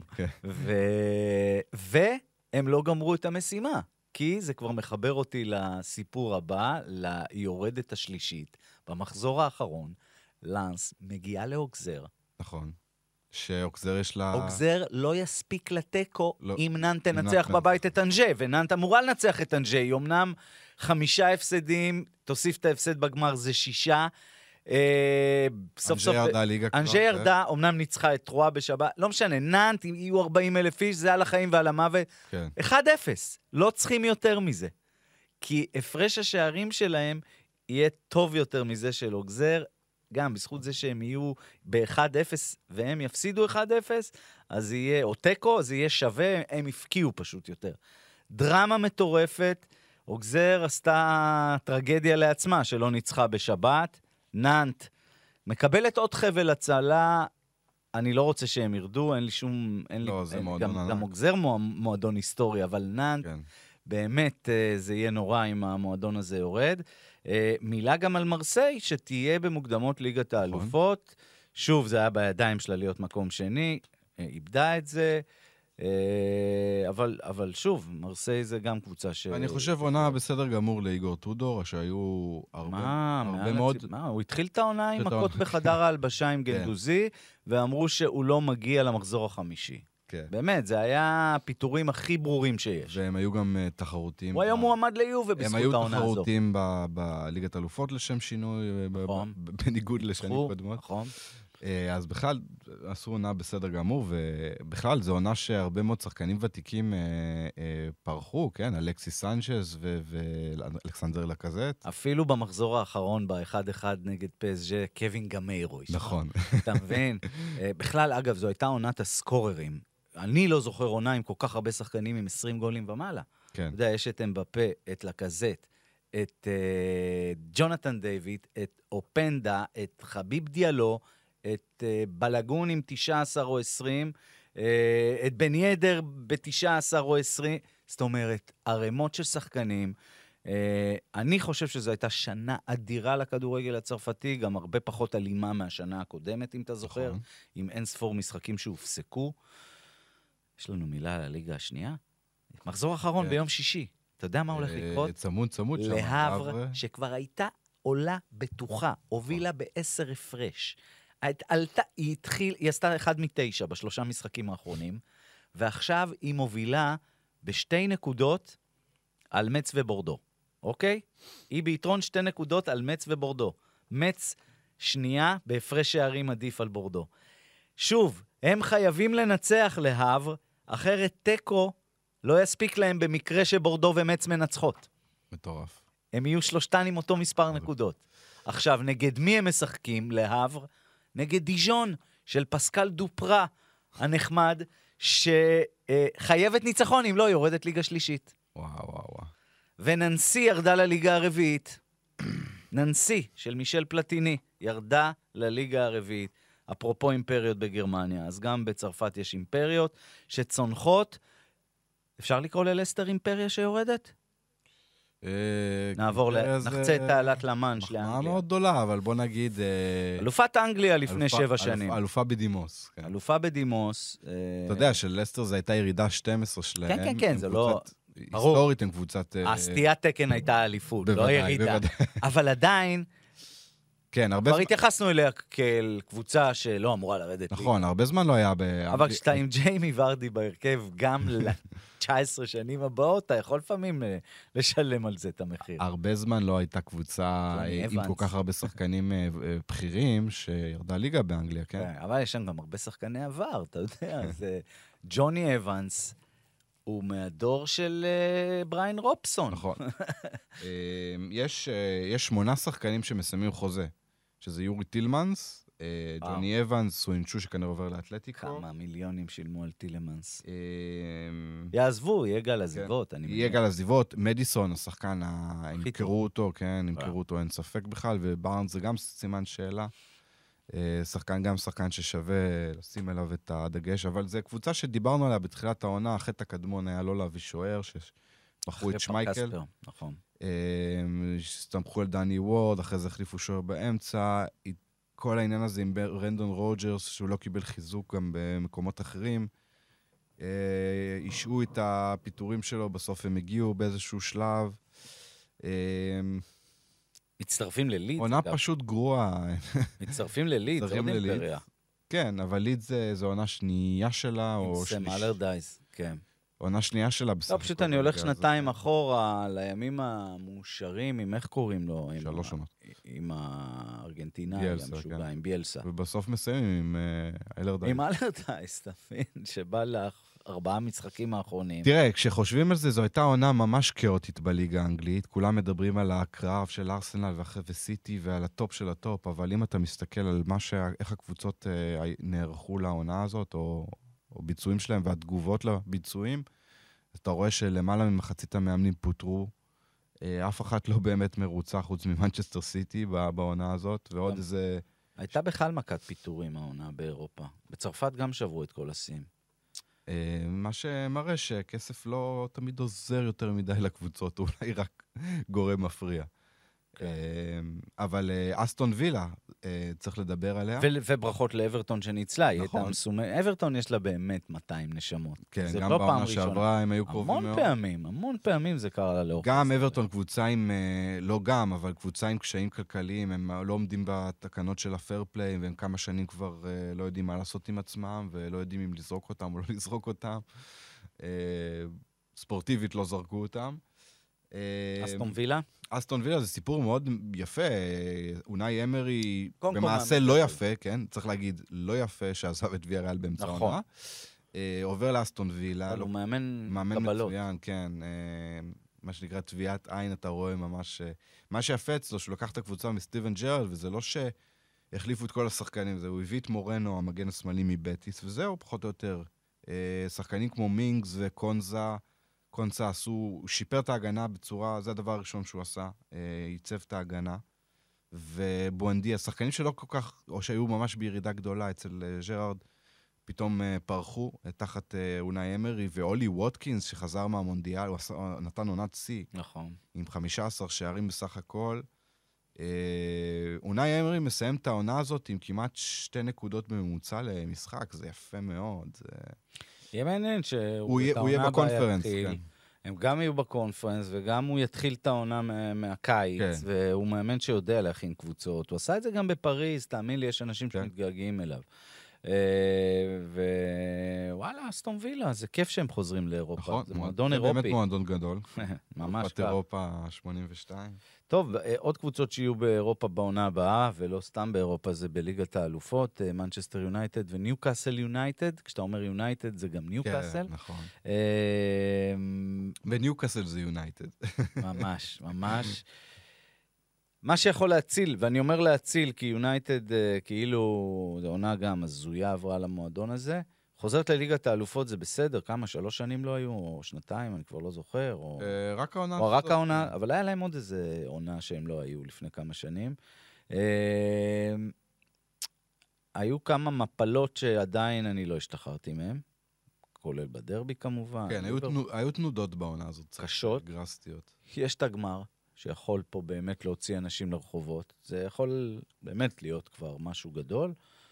והם לא גמרו את המשימה, כי זה כבר מחבר אותי לסיפור הבא, ליורדת השלישית. במחזור האחרון, לאנס מגיעה לאוקזר. נכון. שאוקזר יש לה... אוקזר לא יספיק לטקו אם נאנט תנצח בבית את אנג'ה, ונאנט אמורה לנצח את אנג'ה. היא אמנם 5 הפסדים, תוסיף את ההפסד בגמר, זה 6. סוף סוף... אנג'ה ירדה ליגה כבר. אנג'ה ירדה, אמנם ניצחה את טרואה בשבת, לא משנה, נאנט, יהיו 40,000 איש, זה על החיים ועל המוות. 1-0, לא צריכים יותר מזה. כי הפרש השערים שלהם יהיה טוב יותר מזה של אוקזר, גם בזכות זה שהם יהיו ב-1-0 והם יפסידו 1-0, אז יהיה, או טקו, אז יהיה שווה, הם הפקיעו פשוט יותר. דרמה מטורפת, אוקזר עשתה טרגדיה לעצמה שלא ניצחה בשבת, נאנט מקבלת עוד חבל הצלה, אני לא רוצה שהם ירדו, אין לי שום... לא, זה מועדון. גם אוקזר מועדון היסטורי, אבל נאנט, כן. באמת זה יהיה נורא אם המועדון הזה יורד. מילה גם על מרסיי, שתהיה במוקדמות ליגת האלופות. שוב, זה היה בידיים שלה להיות מקום שני, איבדה את זה. אבל שוב, מרסיי זה גם קבוצה ש... אני חושב עונה בסדר גמור לאיגור טודור, שהיו הרבה מאוד... הוא התחיל את העונה עם מכות בחדר ההלבשה עם גנדוזי, ואמרו שהוא לא מגיע למחזור החמישי. באמת, זה היה הפיתורים הכי ברורים שיש. והם היו גם תחרותיים. הוא היום מועמד ליובה בזכות העונה הזו. הם היו תחרותיים בליגת אלופות לשם שינוי, בניגוד לשנים קודמות. נכון. אז בכלל, עשו עונה בסדר גמור, ובכלל, זו עונה שהרבה מאוד שחקנים ותיקים פרחו, כן? אלכסי סנצ'ז ואלכסנדר לקזט. אפילו במחזור האחרון, ב-1-1 נגד PSG, קווין גמיירו. נכון. אתה מבין? בכלל, אגב, זו הייתה עונת הסקוררים. אני לא זוכר עונה עם כל כך הרבה שחקנים עם 20 גולים ומעלה. כן. אתה יודע, יש את אמבפה, את לקזט, את ג'ונתן דיוויד, את אופנדה, את חביב דיאלו, את בלגון עם 19 או 20, את בן ידר ב-19 או 20, זאת אומרת, ערימות של שחקנים. אני חושב שזו הייתה שנה אדירה לכדורגל הצרפתי, גם הרבה פחות אלימה מהשנה הקודמת, אם אתה זוכר, עם אין ספור משחקים שהופסקו. יש לנו מילה על הליגה השנייה? מחזור אחרון ביום שישי. אתה יודע מה הולך לקרות? צמוד. להבר, שכבר הייתה עולה בטוחה, הובילה ב10 הפרש. היא עשתה 1-9 בשלושה משחקים האחרונים, ועכשיו היא מובילה ב2 נקודות על מצ ובורדו. אוקיי? היא ביתרון 2 נקודות על מצ ובורדו. מצ שנייה בהפרש שערים עדיף על בורדו. שוב, הם חייבים לנצח להבר, אחרת טקו לא יספיק להם במקרה שבורדו ומצ מנצחות. מטורף. הם יהיו שלושתן עם אותו מספר נקודות. עכשיו, נגד מי הם משחקים להבר? נגד דיז'ון של פסקל דופרה הנחמד, שחייבת ניצחון אם לא יורדת ליגה שלישית. וואו. וננסי ירדה לליגה הרביעית. ננסי של מישל פלטיני ירדה לליגה הרביעית. אפרופו אימפריות בגרמניה, אז גם בצרפת יש אימפריות שצונחות. אפשר לקרוא ללסטר אימפריה שיורדת? נעבור, נחצה את תעלת למאנש לאנגליה. מחמאה מאוד גדולה, אבל בוא נגיד... אלופת אנגליה לפני 7 שנים. אלופה בדימוס. אלופה בדימוס. אתה יודע שלסטר זה הייתה ירידה 12 שלהם. כן, זה לא... היסטורית הם קבוצת... הסטיית תקן הייתה אליפות, לא ירידה. אבל עדיין... כן, הרבה... כבר התייחסנו אליה כאל קבוצה שלא אמורה לרדת. נכון, הרבה זמן לא היה אבל כשאתה עם ג'יימי ורדי בהרכב, גם ל-19 שנים הבאות, אתה יכול לפעמים לשלם על זה את המחיר. הרבה זמן לא הייתה קבוצה עם כל כך הרבה שחקנים בכירים, שירדה ליגה באנגליה, כן? אבל יש שם גם הרבה שחקני עבר, אתה יודע, זה ג'וני אבנס, הוא מהדור של בריין רובסון. נכון. יש 8 שחקנים שמסיימים חוזה, שזה יורי טילמנס, ג'וני אבנס, סואינצ'ו שכנראה עובר לאתלטיקו. כמה מיליונים שילמו על טילמנס. יעזבו, יהיה גל עזיבות. יהיה גל עזיבות. מדיסון, השחקן, ימכרו אותו, כן, ימכרו אותו, אין ספק בכלל, ובארנס זה גם סימן שאלה. שחקן ששווה לשים אליו את הדגש, אבל זו קבוצה שדיברנו עליה בתחילת העונה, החטא הקדמון היה לא להביא שוער, שבחרו את שמייקל. נכון. הסתמכו על דני וורד, אחרי זה החליפו שוער באמצע, כל העניין הזה עם רנדון רוג'רס, שהוא לא קיבל חיזוק גם במקומות אחרים, אישרו את הפיתורים שלו, בסוף הם הגיעו באיזשהו שלב. מצטרפים לליד. עונה פשוט גרועה. מצטרפים לליד, זה עוד אימפריה. כן, אבל ליד זה עונה שנייה שלה, או עם סם אלרדייס, כן. עונה שנייה שלה בסך. לא, פשוט אני הולך שנתיים אחורה לימים המאושרים, עם איך קוראים לו? 3 עונות. עם הארגנטינאי המשוגע, עם ביאלסה. ובסוף מסיימים עם אלרדייס. עם אלרדייס, תבין, שבא לך 4 משחקים האחרונים. תראה, כשחושבים על זה, זו הייתה עונה ממש כאוטית בליגה האנגלית. כולם מדברים על הקרב של ארסנל וסיטי ועל הטופ של הטופ, אבל אם אתה מסתכל על איך הקבוצות נערכו לעונה הזאת, או ביצועים שלהם והתגובות לביצועים, אתה רואה שלמעלה ממחצית המאמנים פוטרו, אף אחת לא באמת מרוצה חוץ ממנצ'סטר סיטי בעונה הזאת, ועוד איזה... הייתה בכלל מכת פיטורים העונה באירופה. בצרפת גם שברו את כל הסים. מה שמראה שכסף לא תמיד עוזר יותר מדי לקבוצות, אולי רק גורם מפריע. אבל אסטון וילה, צריך לדבר עליה. וברכות לאברטון שניצלה. נכון. אברטון יש לה באמת 200 נשמות. כן, גם בעונה שעברה הם היו קרובים מאוד. המון פעמים זה קרה לה לאורך. גם אברטון קבוצה עם, לא גם, אבל קבוצה עם קשיים כלכליים, הם לא עומדים בתקנות של הפייר פליי, והם כמה שנים כבר לא יודעים מה לעשות עם עצמם, ולא יודעים אם לזרוק אותם או לא לזרוק אותם. ספורטיבית לא זרקו אותם. אסטון וילה? אסטון וילה זה סיפור מאוד יפה, אונאי אמרי במעשה לא יפה, כן, צריך להגיד, לא יפה שעזב את ויאריאל באמצע העונה. עובר לאסטון וילה. אבל הוא מאמן קבלות. מצוין, כן. מה שנקרא תביעת עין, אתה רואה ממש... מה שיפה אצלו, שהוא לקח את הקבוצה מסטיבן ג'רארד, וזה לא שהחליפו את כל השחקנים, הוא הביא את מורנו, המגן השמאלי מבטיס, וזהו פחות או יותר. שחקנים כמו מינגס וקונזה, הוא שיפר את ההגנה בצורה, זה הדבר הראשון שהוא עשה, ייצב את ההגנה, ובואנדי, השחקנים שלא כל כך, או שהיו ממש בירידה גדולה אצל ג'רארד, פתאום פרחו תחת אונאי אמרי, ואולי ווטקינס שחזר מהמונדיאל, הוא נתן עונת שיא, נכון. עם 15 שערים בסך הכל. אונאי אמרי מסיים את העונה הזאת עם כמעט 2 נקודות בממוצע למשחק, זה יפה מאוד, זה... יהיה מעניין שהוא יהיה בקונפרנס, כן. הם גם יהיו בקונפרנס, וגם הוא יתחיל את העונה מהקיץ, כן. והוא מאמן שיודע להכין קבוצות. הוא עשה את זה גם בפריז, תאמין לי, יש אנשים כן. שמתגעגעים אליו. ווואלה, אסטון וילה, זה כיף שהם חוזרים לאירופה. נכון, זה מועדון אירופי. באמת מועדון גדול. ממש כך. אירופה 82. טוב, עוד קבוצות שיהיו באירופה בעונה הבאה, ולא סתם באירופה, זה בליגת האלופות, מנצ'סטר יונייטד וניוקאסל יונייטד. כשאתה אומר יונייטד זה גם ניוקאסל. כן, נכון. וניוקאסל זה יונייטד. ממש, ממש. מה שיכול להציל, ואני אומר להציל, כי יונייטד כאילו, זה עונה גם, הזויה עברה למועדון הזה, חוזרת לליגת האלופות זה בסדר, כמה, 3 שנים לא היו, או 2, אני כבר לא זוכר, או... רק העונה. או רק העונה, אבל היה להם עוד איזה עונה שהם לא היו לפני כמה שנים. היו כמה מפלות שעדיין אני לא השתחררתי מהם, כולל בדרבי כמובן. כן, היו תנודות בעונה הזאת. קשות. גרסטיות. יש את הגמר. שיכול פה באמת להוציא אנשים לרחובות. זה יכול באמת להיות כבר משהו גדול,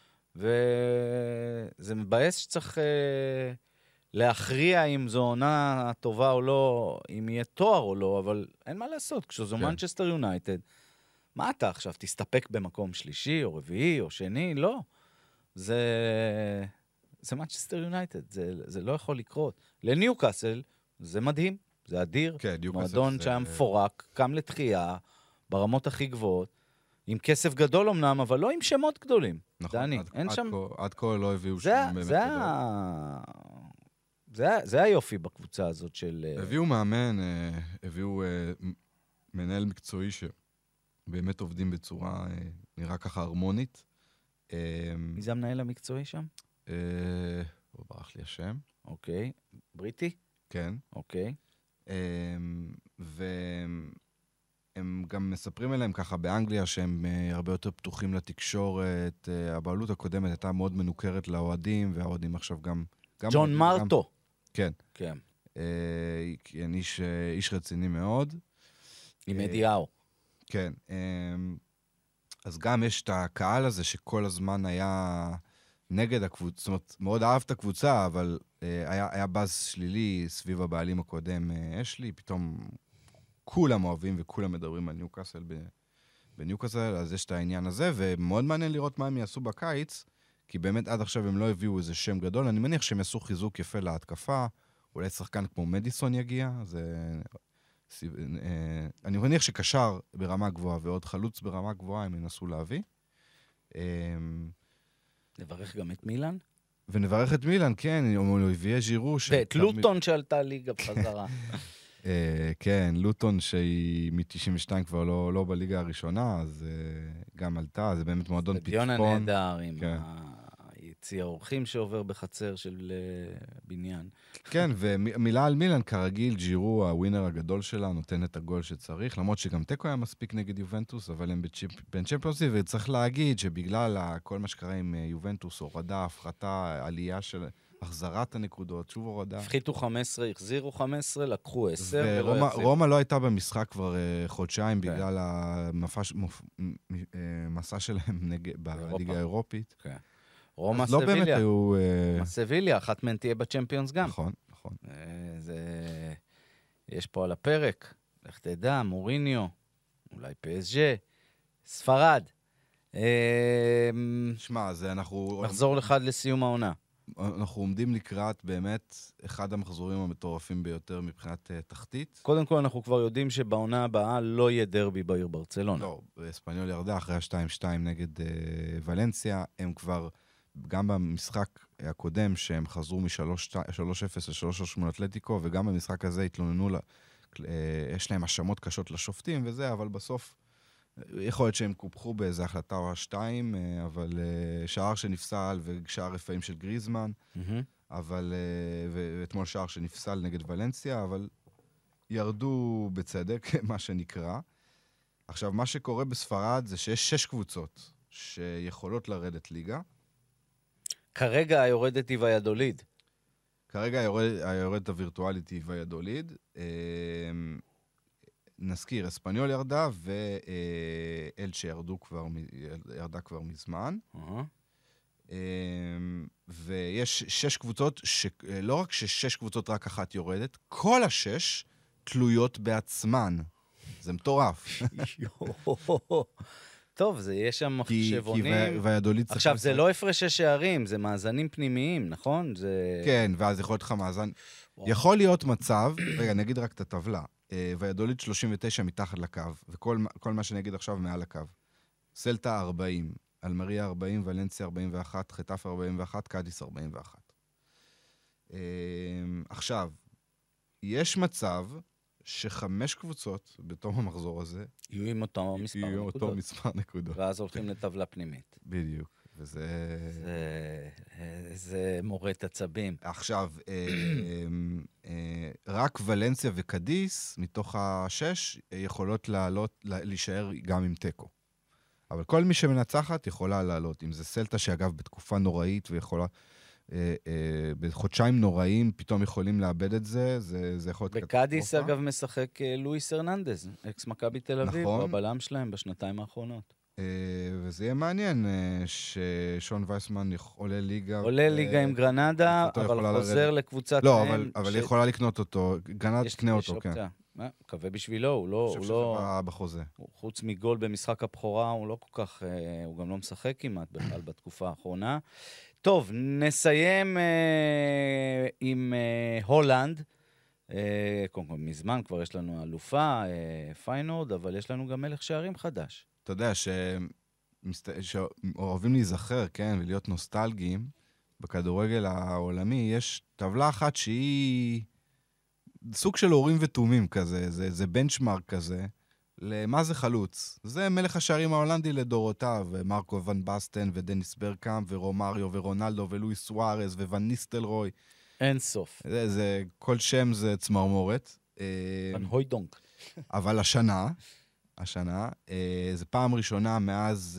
וזה מבאס שצריך להכריע אם זו עונה טובה או לא, אם יהיה תואר או לא, אבל אין מה לעשות. כשזו מנצ'סטר יונייטד, מה אתה עכשיו? תסתפק במקום שלישי או רביעי או שני? לא. זה מנצ'סטר יונייטד, זה לא יכול לקרות. לניוקאסל זה מדהים. זה אדיר, כן, מועדון שהיה מפורק, קם לתחייה, ברמות הכי גבוהות, עם כסף גדול אמנם, אבל לא עם שמות גדולים. נכון, דני, אין שם... עד כה לא הביאו שם באמת גדול. זה היופי בקבוצה הזאת של... הביאו מאמן, הביאו מנהל מקצועי שבאמת עובדים בצורה נראה ככה הרמונית. מי זה המנהל המקצועי שם? הוא ברח לי השם. אוקיי. בריטי? כן. אוקיי. הם גם מספרים אליהם ככה באנגליה שהם הרבה יותר פתוחים לתקשורת. הבעלות הקודמת הייתה מאוד מנוכרת לאוהדים, והאוהדים עכשיו גם... ג'ון מרטו. כן. כן. כן, איש רציני מאוד. עם אדיהו. כן. אז גם יש את הקהל הזה שכל הזמן היה נגד הקבוצה, זאת אומרת, מאוד אהב את הקבוצה, אבל היה באז שלילי סביב הבעלים הקודם אשלי, פתאום כולם אוהבים וכולם מדברים על ניוקאסל בניוקאסל, אז יש את העניין הזה, ומאוד מעניין לראות מה הם יעשו בקיץ, כי באמת עד עכשיו הם לא הביאו איזה שם גדול, אני מניח שהם יעשו חיזוק יפה להתקפה, אולי שחקן כמו מדיסון יגיע, אני מניח שקשר ברמה גבוהה ועוד חלוץ ברמה גבוהה הם ינסו להביא. נברך גם את מילאן? ונברך את מילאן, כן, אוליביה ז'ירו. ואת לוטון שעלתה ליגה בחזרה. כן, לוטון שהיא מ-92 כבר לא בליגה הראשונה, אז גם עלתה, זה באמת מועדון פצפון. סטדיון הנהדר עם היציע האורחים שעובר בחצר של בניין. כן, ומילה על מילאן, כרגיל, ג'ירו, הווינר הגדול שלה, נותן את הגול שצריך, למרות שגם טקו היה מספיק נגד יובנטוס, אבל הם בצ'מפיונס ליג, וצריך להגיד שבגלל כל מה שקרה עם יובנטוס, הורדה, הפחתה, עלייה של החזרת הנקודות, שוב הורדה. הפחיתו 15, החזירו 15, לקחו 10, ולא יחזירו. רומא לא הייתה במשחק כבר חודשיים, בגלל המסע שלהם בליגה האירופית. כן. רומא אז לא באמת היו... סביליה, אחת מהן תהיה בצ'מפיונס גם. נכון, נכון. יש פה על הפרק, לך תדע, מוריניו, אולי PSG, ספרד. שמע, אז אנחנו... נחזור אחד לסיום העונה. אנחנו עומדים לקראת באמת אחד המחזורים המטורפים ביותר מבחינת תחתית. קודם כל, אנחנו כבר יודעים שבעונה הבאה לא יהיה דרבי בעיר ברצלונה. לא, אספניול ירדה אחרי ה-2-2 נגד ולנסיה, הם כבר... גם במשחק הקודם, שהם חזרו מ-3-0 ל-3-3 מול אתלטיקו, וגם במשחק הזה התלוננו, יש להם האשמות קשות לשופטים וזה, אבל בסוף, יכול להיות שהם קופחו באיזו החלטה או השתיים, אבל שער שנפסל ושער רפאים של גריזמן, אבל, ואתמול שער שנפסל נגד ולנסיה, אבל ירדו בצדק, מה שנקרא. עכשיו, מה שקורה בספרד זה שיש 6 קבוצות שיכולות לרדת ליגה, כרגע היורדת היא ויאדוליד. כרגע היורדת הווירטואלית היא ויאדוליד. נזכיר, אספניול ירדה ואלצ'ה ירדה כבר מזמן. ויש 6 קבוצות, לא רק ש6 קבוצות רק אחת יורדת, כל 6 תלויות בעצמן. זה מטורף. טוב, זה יהיה שם מחשבונים. עכשיו, זה לא הפרשי שערים, זה מאזנים פנימיים, נכון? כן, ואז יכול להיות לך מאזן. יכול להיות מצב, רגע, נגיד רק את הטבלה, ויאדוליד 39 מתחת לקו, וכל מה שאני אגיד עכשיו מעל הקו. סלטה 40, אלמריה 40, ולנסיה 41, חטף 41, קאדיס 41. עכשיו, יש מצב ש5 קבוצות בתום המחזור הזה יהיו עם אותו מספר נקודות. ואז הולכים לטבלה פנימית. בדיוק. וזה... זה מורת עצבים. עכשיו, רק ולנסיה וקדיס, מתוך 6, יכולות להישאר גם עם טקו. אבל כל מי שמנצחת יכולה לעלות. אם זה סלטה, שאגב בתקופה נוראית ויכולה... בחודשיים נוראים, פתאום יכולים לאבד את זה, זה יכול להיות קטסטרופה. בקאדיס, אגב, משחק לואיס הרננדז, אקס מכבי תל אביב, נכון. הוא הבלם שלהם בשנתיים האחרונות. וזה יהיה מעניין ששון וייסמן עולה ליגה. עולה ליגה עם גרנדה, אבל חוזר לקבוצת... לא, אבל היא יכולה לקנות אותו, גרנדה תקנה אותו, כן. מקווה בשבילו, הוא לא... אני חושב שזה בחוזה. חוץ מגול במשחק הבכורה, הוא לא כל כך... הוא גם לא משחק כמעט בכלל בתקופה האחרונה. טוב, נסיים עם הולנד. קודם כל, מזמן כבר יש לנו אלופה, פיינורד, אבל יש לנו גם מלך שערים חדש. אתה יודע שאוהבים להיזכר, כן, ולהיות נוסטלגיים. בכדורגל העולמי, יש טבלה אחת שהיא סוג של הורים ותומים כזה, זה בנצ'מרק כזה, למה זה חלוץ. זה מלך השערים ההולנדי לדורותיו, מרקו ון בסטן ודניס ברקאמפ ורומריו ורונלדו ולואיס סוארז וון ניסטלרוי. אין סוף. כל שם זה צמרמורת. ון הוידונק. אבל השנה, זה פעם ראשונה מאז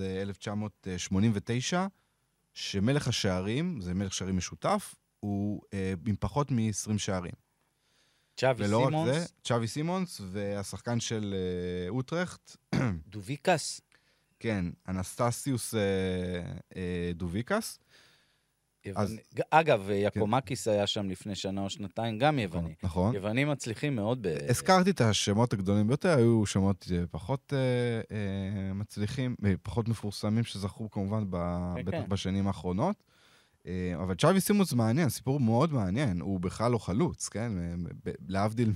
1989, שמלך השערים, זה מלך שערים משותף, הוא עם פחות מ-20 שערים. צ'אבי סימונס. ולא רק זה, צ'אבי סימונס והשחקן של אוטרחט. דוביקס. כן, אנסטסיוס דוביקס. אגב, יקומקיס היה שם לפני שנה או שנתיים, גם יווני. נכון. יוונים מצליחים מאוד הזכרתי את השמות הגדולים ביותר, היו שמות פחות מצליחים, פחות מפורסמים שזכו כמובן בטח בשנים האחרונות. אבל צ'אבי סימונס מעניין, סיפור מאוד מעניין, הוא בכלל לא חלוץ, כן? להבדיל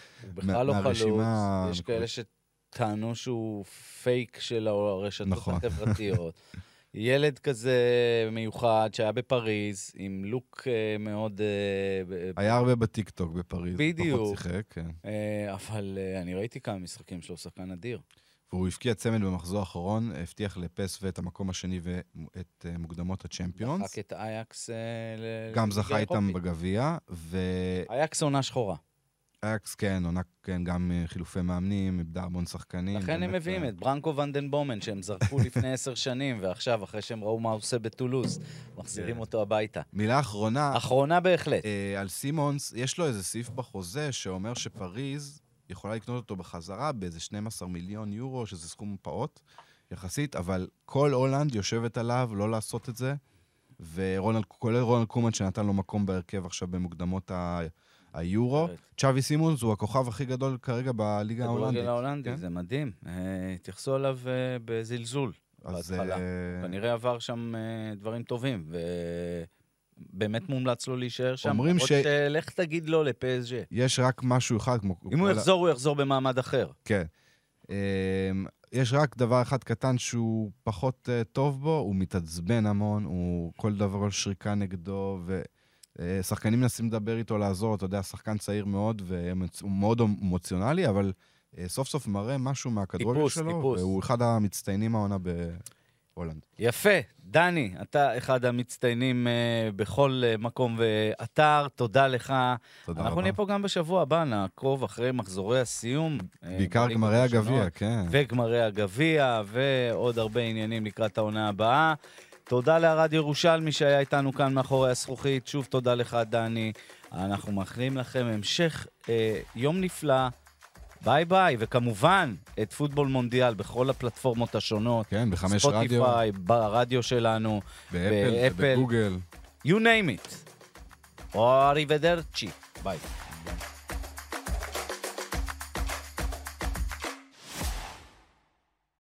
מהרשימה... יש כאלה שטענו שהוא פייק של הרשתות החברתיות. ילד כזה מיוחד שהיה בפריז, עם לוק מאוד... היה הרבה בטיקטוק בפריז. בדיוק. פחות שיחק, כן. אבל אני ראיתי כמה משחקים שלו, שחקן אדיר. והוא הפקיע צמד במחזור האחרון, הבטיח לפס ואת המקום השני ואת מוקדמות הצ'מפיונס. דחק את אייקס גם זכה איתם בגביע. אייקס עונה שחורה. אייקס, כן, עונה, כן, גם חילופי מאמנים, איבדה המון שחקנים. לכן הם מביאים את ברנקו ונדן בומן, שהם זרקו לפני 10 שנים, ועכשיו, אחרי שהם ראו מה הוא עושה בטולוז, מחזירים אותו הביתה. מילה אחרונה. אחרונה בהחלט. על סימונס, יש לו איזה סעיף בחוזה שאומר שפריז יכולה לקנות אותו בחזרה באיזה 12 מיליון יורו, שזה סכום פעוט יחסית, אבל כל הולנד יושבת עליו לא לעשות את זה, כולל רונלד קומן שנתן לו מקום בהרכב עכשיו במוקדמות היורו. צ'אבי סימונס הוא הכוכב הכי גדול כרגע בליגה ההולנדית. בליגה ההולנדית, זה מדהים. התייחסו עליו בזלזול בהתחלה. כנראה עבר שם דברים טובים, באמת מומלץ לו להישאר שם. אומרים לך תגיד לו לפסג'. יש רק משהו אחד. אם הוא יחזור, הוא יחזור במעמד אחר. כן. יש רק דבר אחד קטן שהוא פחות טוב בו, הוא מתעצבן המון, הוא כל דבר שריקה נגדו, ושחקנים מנסים לדבר איתו לעזור, אתה יודע, שחקן צעיר מאוד, והוא מאוד אמוציונלי, אבל סוף סוף מראה משהו מהכדורגל שלו, והוא אחד המצטיינים העונה בהולנד. יפה, דני, אתה אחד המצטיינים בכל מקום ואתר, תודה לך. תודה אנחנו רבה. נהיה פה גם בשבוע הבא, נעקוב אחרי מחזורי הסיום. בעיקר גמרי הגביע, כן. וגמרי הגביע, ועוד הרבה עניינים לקראת העונה הבאה. תודה לרדיו ירושלמי שהיה איתנו כאן מאחורי הזכוכית. שוב תודה לך, דני. אנחנו מאחלים לכם המשך יום נפלא. ביי ביי, וכמובן, את פוטבול מונדיאל בכל הפלטפורמות השונות. כן, ב5 רדיו. ספוטיפיי, ברדיו שלנו. באפל, בגוגל. You name it. או אריבדרצ'י. ביי.